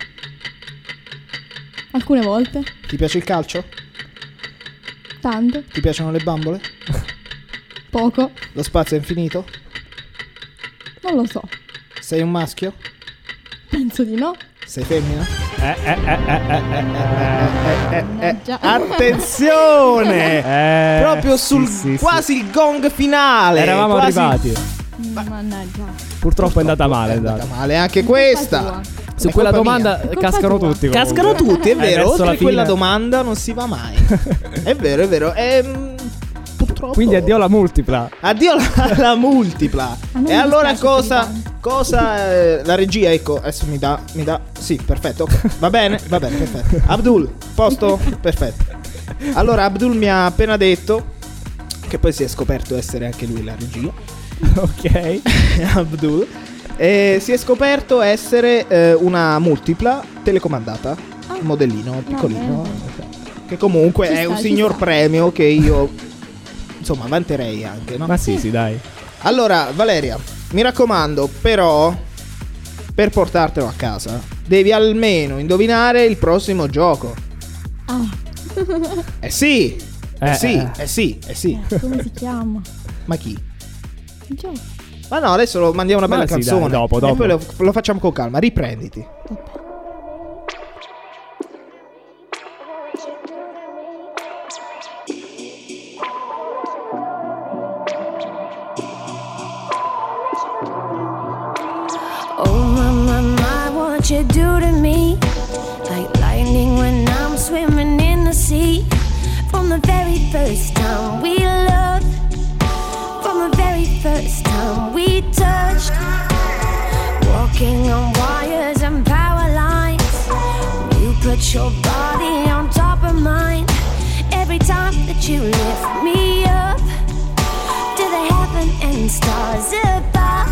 Alcune volte. Ti piace il calcio? Tanto. Ti piacciono le bambole? Poco. Lo spazio è infinito? Non lo so. Sei un maschio? Penso di no. Sei femmina? Eh, eh, eh, eh, eh, eh, Eh, Mannaggia. attenzione! eh. Eh, Proprio sì, sul sì, sì. quasi il gong finale. Eravamo quasi- arrivati. Mannaggia. Purtroppo è andata È male. è andata andata. male anche Colpa questa. tua. Su È quella colpa domanda mia. È colpa cascano tua. tutti. Cascano comunque. tutti, è Eh, vero. verso Oltre la quella fine. domanda non si va mai. È vero, è vero. Ehm, purtroppo. Quindi addio alla multipla. Addio alla, alla multipla. A me E mi allora dispiace cosa? più di Cosa eh, la regia, ecco, adesso mi dà, mi dà. Sì, perfetto. ok. Va bene, va bene, perfetto. Abdul, posto? Perfetto. Allora Abdul mi ha appena detto che poi si è scoperto essere anche lui la regia. Ok. Abdul. E si è scoperto essere eh, una multipla telecomandata. Ah. Un modellino piccolino. bene. Che comunque Ci è sta, un ci signor sta. premio che io insomma vanterei anche, no? Ma sì, sì, dai. Allora, Valeria, mi raccomando, però per portartelo a casa, devi almeno indovinare il prossimo gioco. Ah. Eh sì, eh, Eh, sì, eh. eh sì, eh sì. Eh, come si chiama? Ma chi? Il gioco. Ma no, adesso lo mandiamo una Ma bella sì, canzone. dai, dopo, dopo. E poi lo, lo facciamo con calma. Riprenditi. Oh my, my, my, what you do to me? Like lightning when I'm swimming in the sea. From the very first time we loved, from the very first time we touched, walking on wires and power lines. You put your body on top of mine. Every time that you lift me up to the heaven and stars above.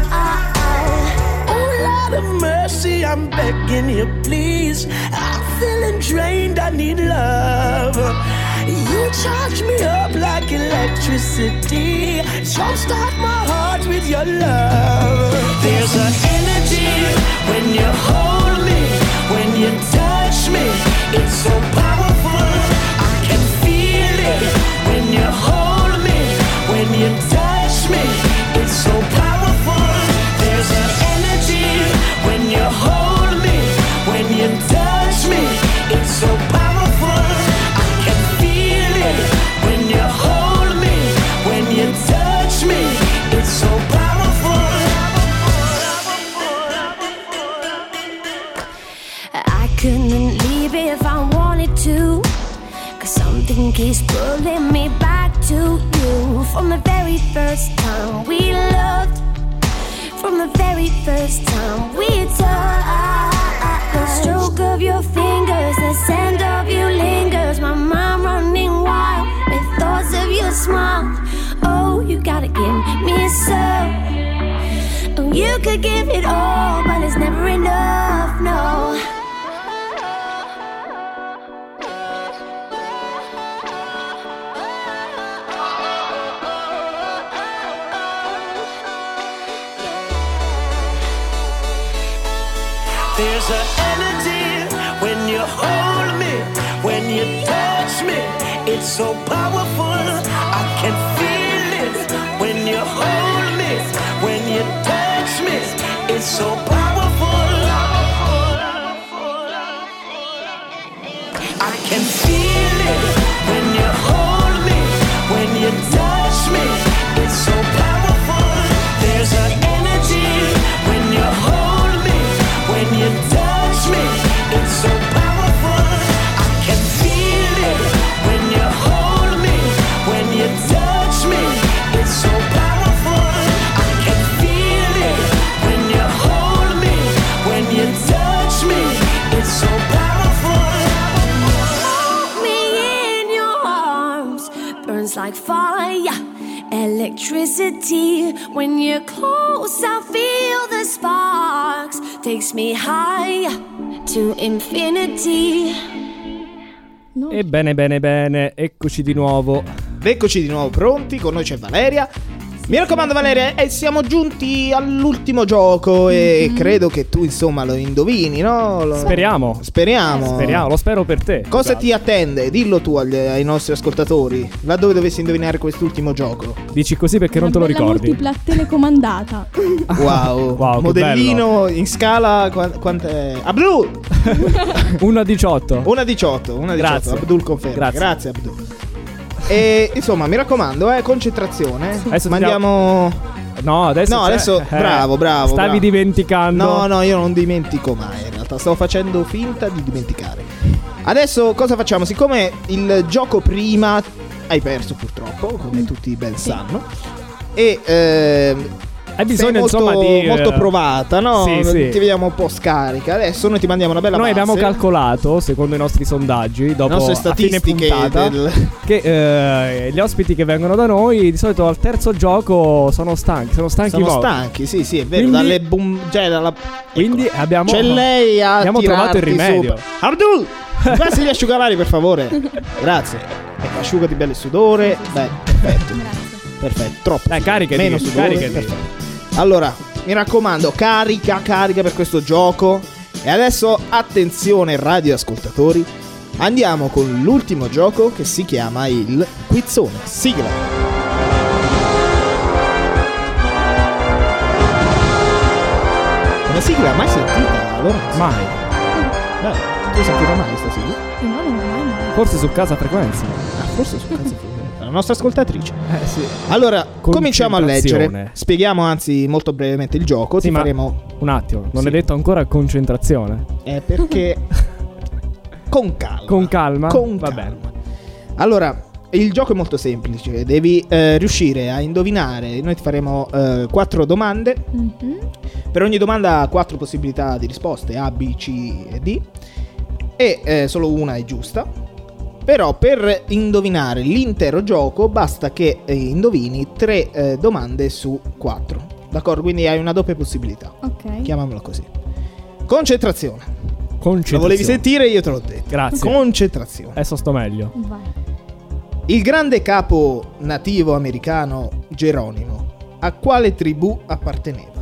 Lord of mercy, I'm begging you, please. I'm feeling drained, I need love. You charge me up like electricity. Jumpstart my heart with your love. There's an energy when you hold me, when you touch me. It's so powerful, I can feel it. When you hold me, when you touch me. It's so powerful. There's an energy when you hold me, when you touch me. It's so powerful, I can feel it. When you hold me, when you touch me. It's so powerful. I couldn't leave if I wanted to, 'cause something keeps pulling me back to you. From the very first time we loved, from the very first time we touched. The stroke of your fingers, the scent of you lingers. My mind running wild with thoughts of your smile. Oh, you gotta give me some. Oh, you could give it all, but it's never enough, no. There's an energy when you hold me, when you touch me. It's so powerful, I can feel it. When you hold me, when you touch me. It's so powerful, I can feel it. When you hold me, when you touch me. It's so powerful. There's an energy when you hold me, when you touch me. It's so powerful, I can feel it. When you hold me, when you touch me. It's so powerful, I can feel it. When you hold me, when you touch me. It's so powerful. Hold me in your arms, burns like fire, electricity. When you're close, I feel the sparks. Takes me high to infinity. No. Ebbene, bene, bene, eccoci di nuovo. Eccoci di nuovo pronti, con noi c'è Valeria. Mi raccomando Valeria, e siamo giunti all'ultimo gioco e Mhm. credo che tu insomma lo indovini, no? Lo- Speriamo. Speriamo. Speriamo, lo spero per te. Cosa Esatto. ti attende? Dillo tu agli- ai nostri ascoltatori, laddove dovessi indovinare quest'ultimo gioco. Dici così perché non te lo Una bella ricordi. multipla telecomandata. Wow, Wow, che modellino in scala qua- quant'è? Abdul! uno a diciotto. uno a diciotto, uno a diciotto. Grazie. Abdul conferma. Grazie. Grazie Abdul. E insomma, mi raccomando, eh, concentrazione. Adesso Mandiamo. No, adesso No, c'è- adesso eh, bravo, bravo. Stavi bravo. dimenticando. No, no, io non dimentico mai. In realtà stavo facendo finta di dimenticare. Adesso cosa facciamo? Siccome il gioco prima hai perso purtroppo, come tutti ben sanno, e ehm, Hai bisogno sei molto, insomma di molto eh, provata, no? Sì, sì. Ti vediamo un po' scarica. Adesso noi ti mandiamo una bella Noi base. abbiamo calcolato, secondo i nostri sondaggi, dopo nostre a fine statistiche puntata, del- che eh, gli ospiti che vengono da noi di solito al terzo gioco sono stanchi, sono stanchi Sono molto. stanchi, sì, sì, è vero. Quindi- dalle boom, cioè dalla... Quindi Ecco. abbiamo C'è lei a abbiamo trovato il tirarti rimedio. sopra. Abdul, passi gli asciugamani per favore. Grazie. Ecco, asciugati bello il sudore. Beh, perfetto. Perfetto, troppo. Dai, caricati, Meno sudore. caricati. Perfetto. Allora, mi raccomando, carica, carica per questo gioco. E adesso attenzione radioascoltatori, andiamo con l'ultimo gioco che si chiama il Quizzone. Sigla. Una sigla mai sentita, allora? Mai. Beh, tu hai sentito mai questa sigla? No, non mai mai. Forse su Casa Frequenza. Ah, forse su Casa Frequenza. La nostra ascoltatrice. Eh sì. Allora, cominciamo a leggere. Concentrazione. Spieghiamo anzi molto brevemente il gioco. Sì, Ti ma faremo. un attimo, non Sì. hai detto ancora concentrazione. È perché. Con calma. Con calma? Con Va calma. bene. Allora, il gioco è molto semplice. Devi eh, riuscire a indovinare. Noi ti faremo eh, quattro domande. Mhm. Per ogni domanda quattro possibilità di risposte: A, B, C e D. E eh, solo una è giusta. Però per indovinare l'intero gioco basta che eh, indovini tre eh, domande su quattro. D'accordo? Quindi hai una doppia possibilità. Ok. Chiamiamolo così. Concentrazione. Concentrazione. Lo volevi sentire? Io te l'ho detto. Grazie. Concentrazione. Adesso sto meglio. Vai. Il grande capo nativo americano Geronimo a quale tribù apparteneva?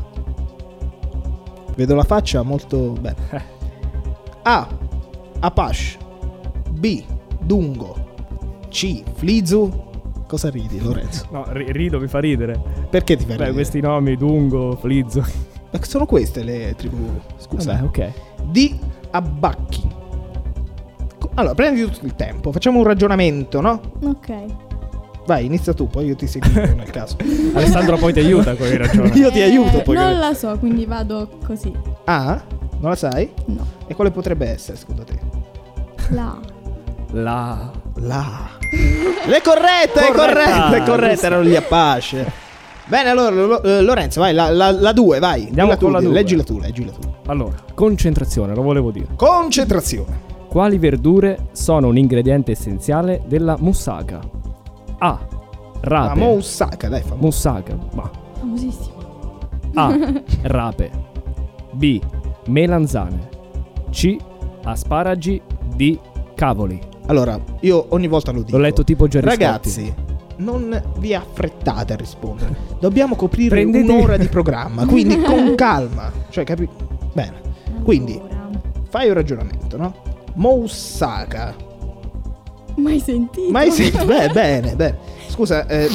Vedo la faccia molto bene. A. Apache. B. Dungo. C. Flizu. Cosa ridi, Lorenzo? No, ri- rido, mi fa ridere. Perché ti fai Beh, ridere? questi nomi, Dungo, Flizzo. Ma sono queste le tribù? Scusa. Vabbè, ok. D. Abbacchi. Co- Allora, prendi tutto il tempo. Facciamo un ragionamento, no? Ok. Vai, inizia tu, poi io ti seguo nel caso. Alessandro poi ti aiuta con i ragioni. Io ti aiuto Eh, poi. Non la so, quindi vado così. Ah? Non la sai? No. E quale potrebbe essere, secondo te? La. La. La. È corretta, è corretta, è corretta, erano gli Apache. Bene, allora Lo- eh, Lorenzo, vai, la, la, la due, vai. Andiamo Dilla tu, con la di- due. Leggila tu, leggila tu. Allora, concentrazione, lo volevo dire. Concentrazione. Quali verdure sono un ingrediente essenziale della moussaka? A. La Rape. moussaka, dai, famosa. Moussaka. Ma. Famosissimo. A. Rape. B. Melanzane. C. Asparagi. D. Cavoli. Allora, io ogni volta lo dico. L'ho letto tipo Gerry Ragazzi, non vi affrettate a rispondere. Dobbiamo coprire Prendete- un'ora di programma, quindi con calma. Cioè, capi? Bene. Quindi, Allora. fai un ragionamento, no? Moussaka. Mai sentito? Mai sentito? Beh, bene, bene. Scusa, eh,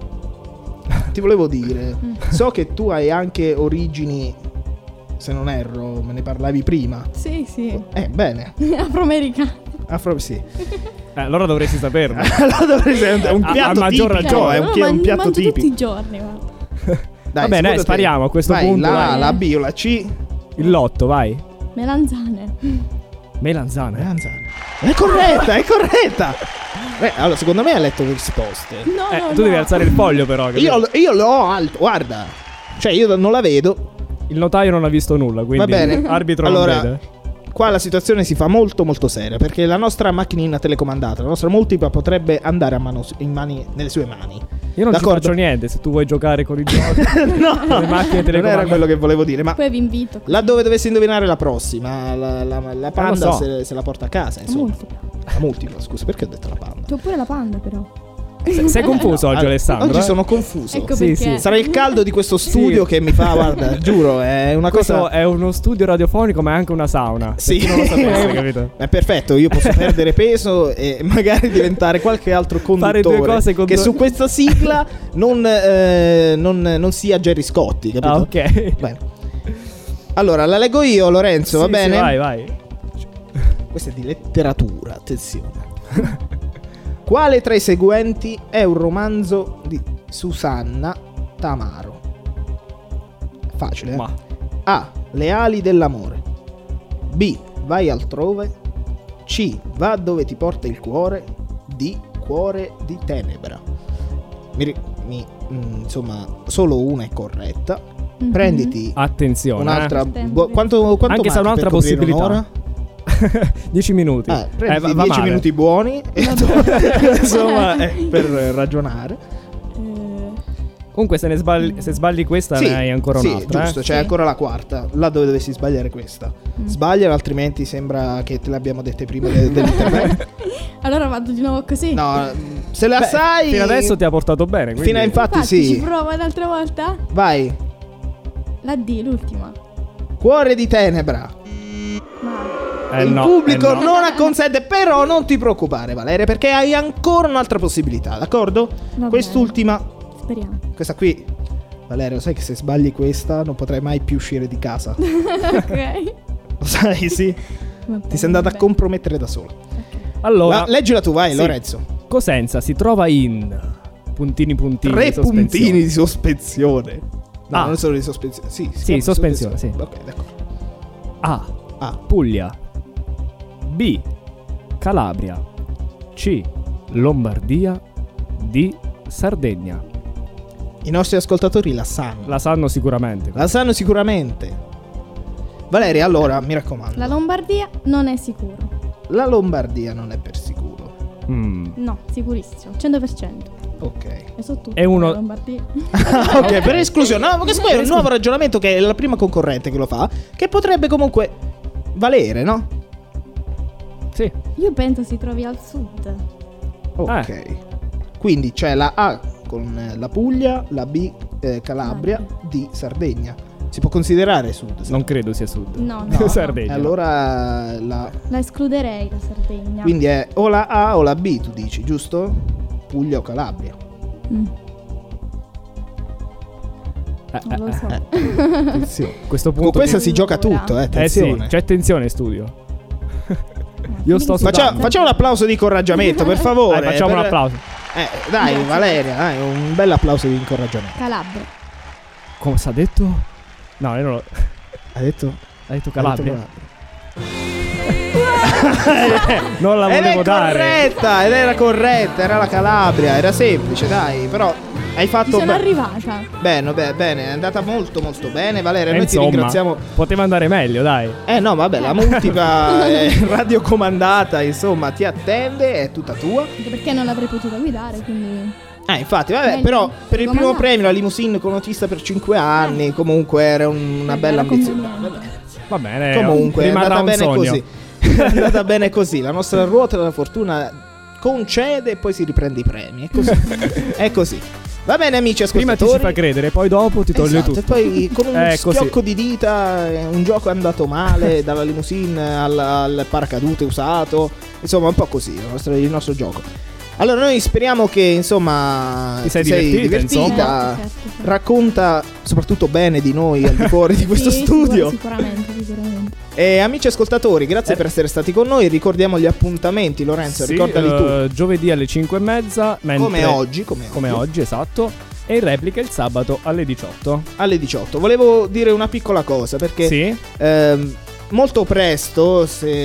ti volevo dire, so che tu hai anche origini, se non erro, me ne parlavi prima. Sì, sì. Eh, bene. Afroamericano. Afro, sì. Eh, allora dovresti saperlo. Allora dovresti è un A- a piatto maggior tipico, ragione. è un, No, chi- ma un piatto mangio tipico. tutti i giorni, guarda. Dai, Va bene, secondo eh, te- spariamo a questo vai, punto, La, vai. la B o la C? Il lotto, vai. Melanzane. Melanzane. Melanzane. È corretta, è corretta. Eh, allora, secondo me ha letto le risposte. No, Eh, no, tu devi no. alzare il foglio però. capito? Io, io l'ho alto, guarda. Cioè, io non la vedo. Il notaio non ha visto nulla, quindi Va bene. arbitro Allora, non vede. qua la situazione si fa molto molto seria, perché la nostra macchinina telecomandata, la nostra multipla potrebbe andare a mano, in mani, nelle sue mani. Io non ci D'accordo? faccio niente se tu vuoi giocare con i giochi. No, Con le macchine non telecomandate. era quello che volevo dire, ma Poi vi invito. laddove dovessi indovinare la prossima, la, la, la panda so. se, se la porta a casa, La insomma. multipla. La multipla, scusa, perché ho detto la panda? Tu pure la panda, però. Se- sei confuso oggi, Allora, Alessandro? Oggi eh? sono confuso. Ecco Sì, perché. sì. Sarà il caldo di questo studio che mi fa, guarda, giuro, è una Questo cosa. è uno studio radiofonico, ma è anche una sauna. Sì, Se tu non lo sapessi, capito? È perfetto, io posso perdere peso e magari diventare qualche altro conduttore Fare due cose con che due- su questa sigla non, eh, non, non sia Gerry Scotti, capito? Ah, ok. Bene. Allora, la leggo io, Lorenzo, va Sì, sì, bene? vai, vai. Questa è di letteratura, attenzione. Quale tra i seguenti è un romanzo di Susanna Tamaro? Facile, eh? Ma A. Le ali dell'amore. B. Vai altrove. C. Va dove ti porta il cuore. D. Cuore di tenebra. Mi, ri- mi- mm, insomma, solo una è corretta. Mhm. Prenditi attenzione. un'altra. Tempo. bu- quanto, quanto Anche se ha manca per un'altra coprire possibilità. un'ora? eh. dieci minuti. Ah, prenditi Eh, va- va dieci male. minuti buoni. E insomma, eh, per ragionare. Eh, Comunque, se ne sbagli, se sbagli questa, Sì, ne hai ancora sì, un'altra. giusto, eh? c'è Sì. ancora la quarta. Là dove dovessi sbagliare questa. Mm. Sbagliala, altrimenti sembra che te l'abbiamo dette prima de- dell'intervento. allora vado di nuovo così. No, se la Beh, sai. Fino adesso ti ha portato bene. Quindi... Fino a infatti Infatti, ci sì. provo un'altra volta. Vai. La D, l'ultima. Cuore di tenebra. Ma Eh Il no, pubblico eh no. non acconsente, però non ti preoccupare, Valeria, perché hai ancora un'altra possibilità, d'accordo? Va Quest'ultima, speriamo. questa qui, Valeria, sai che se sbagli questa non potrai mai più uscire di casa. Ok. Lo sai, sì? Va Ti bene, sei andata a va bene. compromettere da sola. Allora, La- leggila tu, vai, sì. Lorenzo. Cosenza si trova in puntini puntini Tre di sospensione. puntini di sospensione. No, Ah. non solo di sospensione. Sì, si Sì, chiama sospensione, sì. Ok, d'accordo. A. A. Puglia. B. Calabria. C. Lombardia. D. Sardegna. I nostri ascoltatori la sanno. La sanno sicuramente. La sanno sicuramente. Valeria, allora, mi raccomando. La Lombardia non è sicuro. La Lombardia non è per sicuro. Mm. No, sicurissimo, cento per cento. Ok. E so tutto. È uno- la Lombardia. Ok, per esclusione. No, ma questo qui è un nuovo ragionamento che è la prima concorrente che lo fa, che potrebbe comunque valere, no? Sì. Io penso si trovi al sud. Ok. Eh. Quindi c'è la A con eh, la Puglia, la B eh, Calabria, D Sardegna. Si può considerare sud? Non credo sia sud. No, no. Sardegna. E allora la... La escluderei la Sardegna. Quindi è o la A o la B, tu dici, giusto? Puglia o Calabria. Mm, Eh, non lo eh, so. Attenzione. Questo Con punto questa che- si gioca tutto, eh, Eh sì, attenzione. c'è attenzione in studio. Io sto Faccia- sudando. facciamo un applauso di incoraggiamento, per favore. Dai, facciamo per- un applauso. Eh, dai, Grazie. Valeria, dai, un bel applauso di incoraggiamento. Calabria. Cosa ha detto? No, io non lo... Ha detto Ha detto ha Calabria. detto Non la Ed è volevo dare. corretta, ed era corretta, era la Calabria, era semplice, dai, però hai Ci fatto sono be- arrivata. bene, beh, bene, è andata molto molto bene, Valeria, Eh, noi insomma, ti ringraziamo. poteva andare meglio, dai. Eh no, vabbè, la multipla è radiocomandata, insomma, ti attende, è tutta tua. Anche perché non l'avrei potuta guidare, quindi. Eh, infatti, vabbè, Meglio. però per il primo Comandato. premio la limousine con autista per cinque anni, comunque era un- una Sì, bella era ambizione. conveniente. Vabbè. Va bene. Comunque è rimarrà andata un bene sogno. così. È andata bene così. La nostra ruota della fortuna concede e poi si riprende i premi. È così. È così. Va bene, amici Prima ascoltatori. ti ci fa credere, poi dopo ti toglie Esatto, tutto. e poi con un Eh, così. schiocco di dita eh, un gioco è andato male, dalla limousine al, al paracadute usato, insomma un po' così il nostro, il nostro gioco. Allora noi speriamo che insomma Ti sei divertita, insomma. divertita. Certo, certo, certo. Racconta soprattutto bene di noi al di fuori di questo Sì, studio. sicura- Sicuramente, sicuramente. E amici ascoltatori, grazie Eh. per essere stati con noi. Ricordiamo gli appuntamenti, Lorenzo, Sì, ricordali tu. eh, giovedì alle cinque e mezza. mentre- Come oggi, come, Come oggi. oggi, esatto. E in replica il sabato alle diciotto. Alle diciotto. Volevo dire una piccola cosa perché Sì. ehm, molto presto,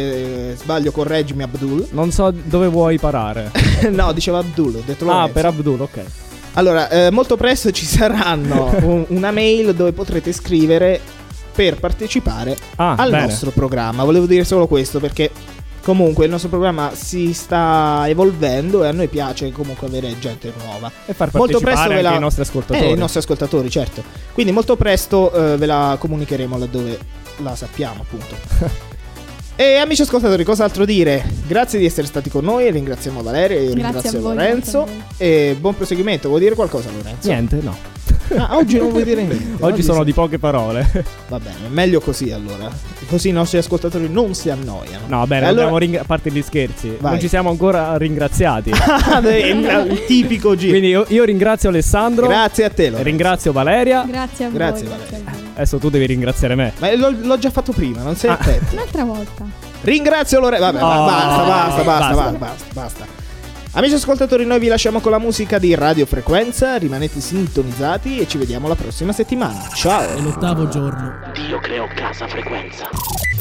se sbaglio correggimi Abdul. Non so dove vuoi parare. No, diceva Abdul, ho detto Ah, Lorenzo. per Abdul, ok. Allora, eh, molto presto ci saranno un- una mail dove potrete scrivere per partecipare Ah, al bene. nostro programma. Volevo dire solo questo perché comunque il nostro programma si sta evolvendo e a noi piace comunque avere gente nuova. E far Molto partecipare presto ve anche la- i nostri ascoltatori. Eh, i nostri ascoltatori, certo. Quindi molto presto eh, ve la comunicheremo laddove la sappiamo, appunto. E amici ascoltatori, cos'altro dire? Grazie di essere stati con noi, ringraziamo Valeria, io Grazie ringrazio a voi, Lorenzo grazie a e buon proseguimento. Vuoi dire qualcosa, Lorenzo? Niente, no. Ah, oggi non vuoi dire niente. Oggi sono sei- di poche parole. Va bene, meglio così allora. Così i nostri ascoltatori non si annoiano. No, bene, E allora- dobbiamo ring- a parte gli scherzi. Vai. Non ci siamo ancora ringraziati. Ah, il, il tipico giro. Quindi io, io ringrazio Alessandro. Grazie a te, Lorenzo. Ringrazio Valeria. Grazie a voi. Grazie, grazie a voi. Adesso tu devi ringraziare me. Ma l'ho, l'ho già fatto prima, non sei Ah. attento. Un'altra volta. Ringrazio Lorenzo. Vabbè, Oh. ba- basta, basta, basta, Basta. basta, basta, basta. Amici ascoltatori, noi vi lasciamo con la musica di Radio Frequenza. Rimanete sintonizzati e ci vediamo la prossima settimana. Ciao. È l'ottavo giorno. Dio creò Casa Frequenza.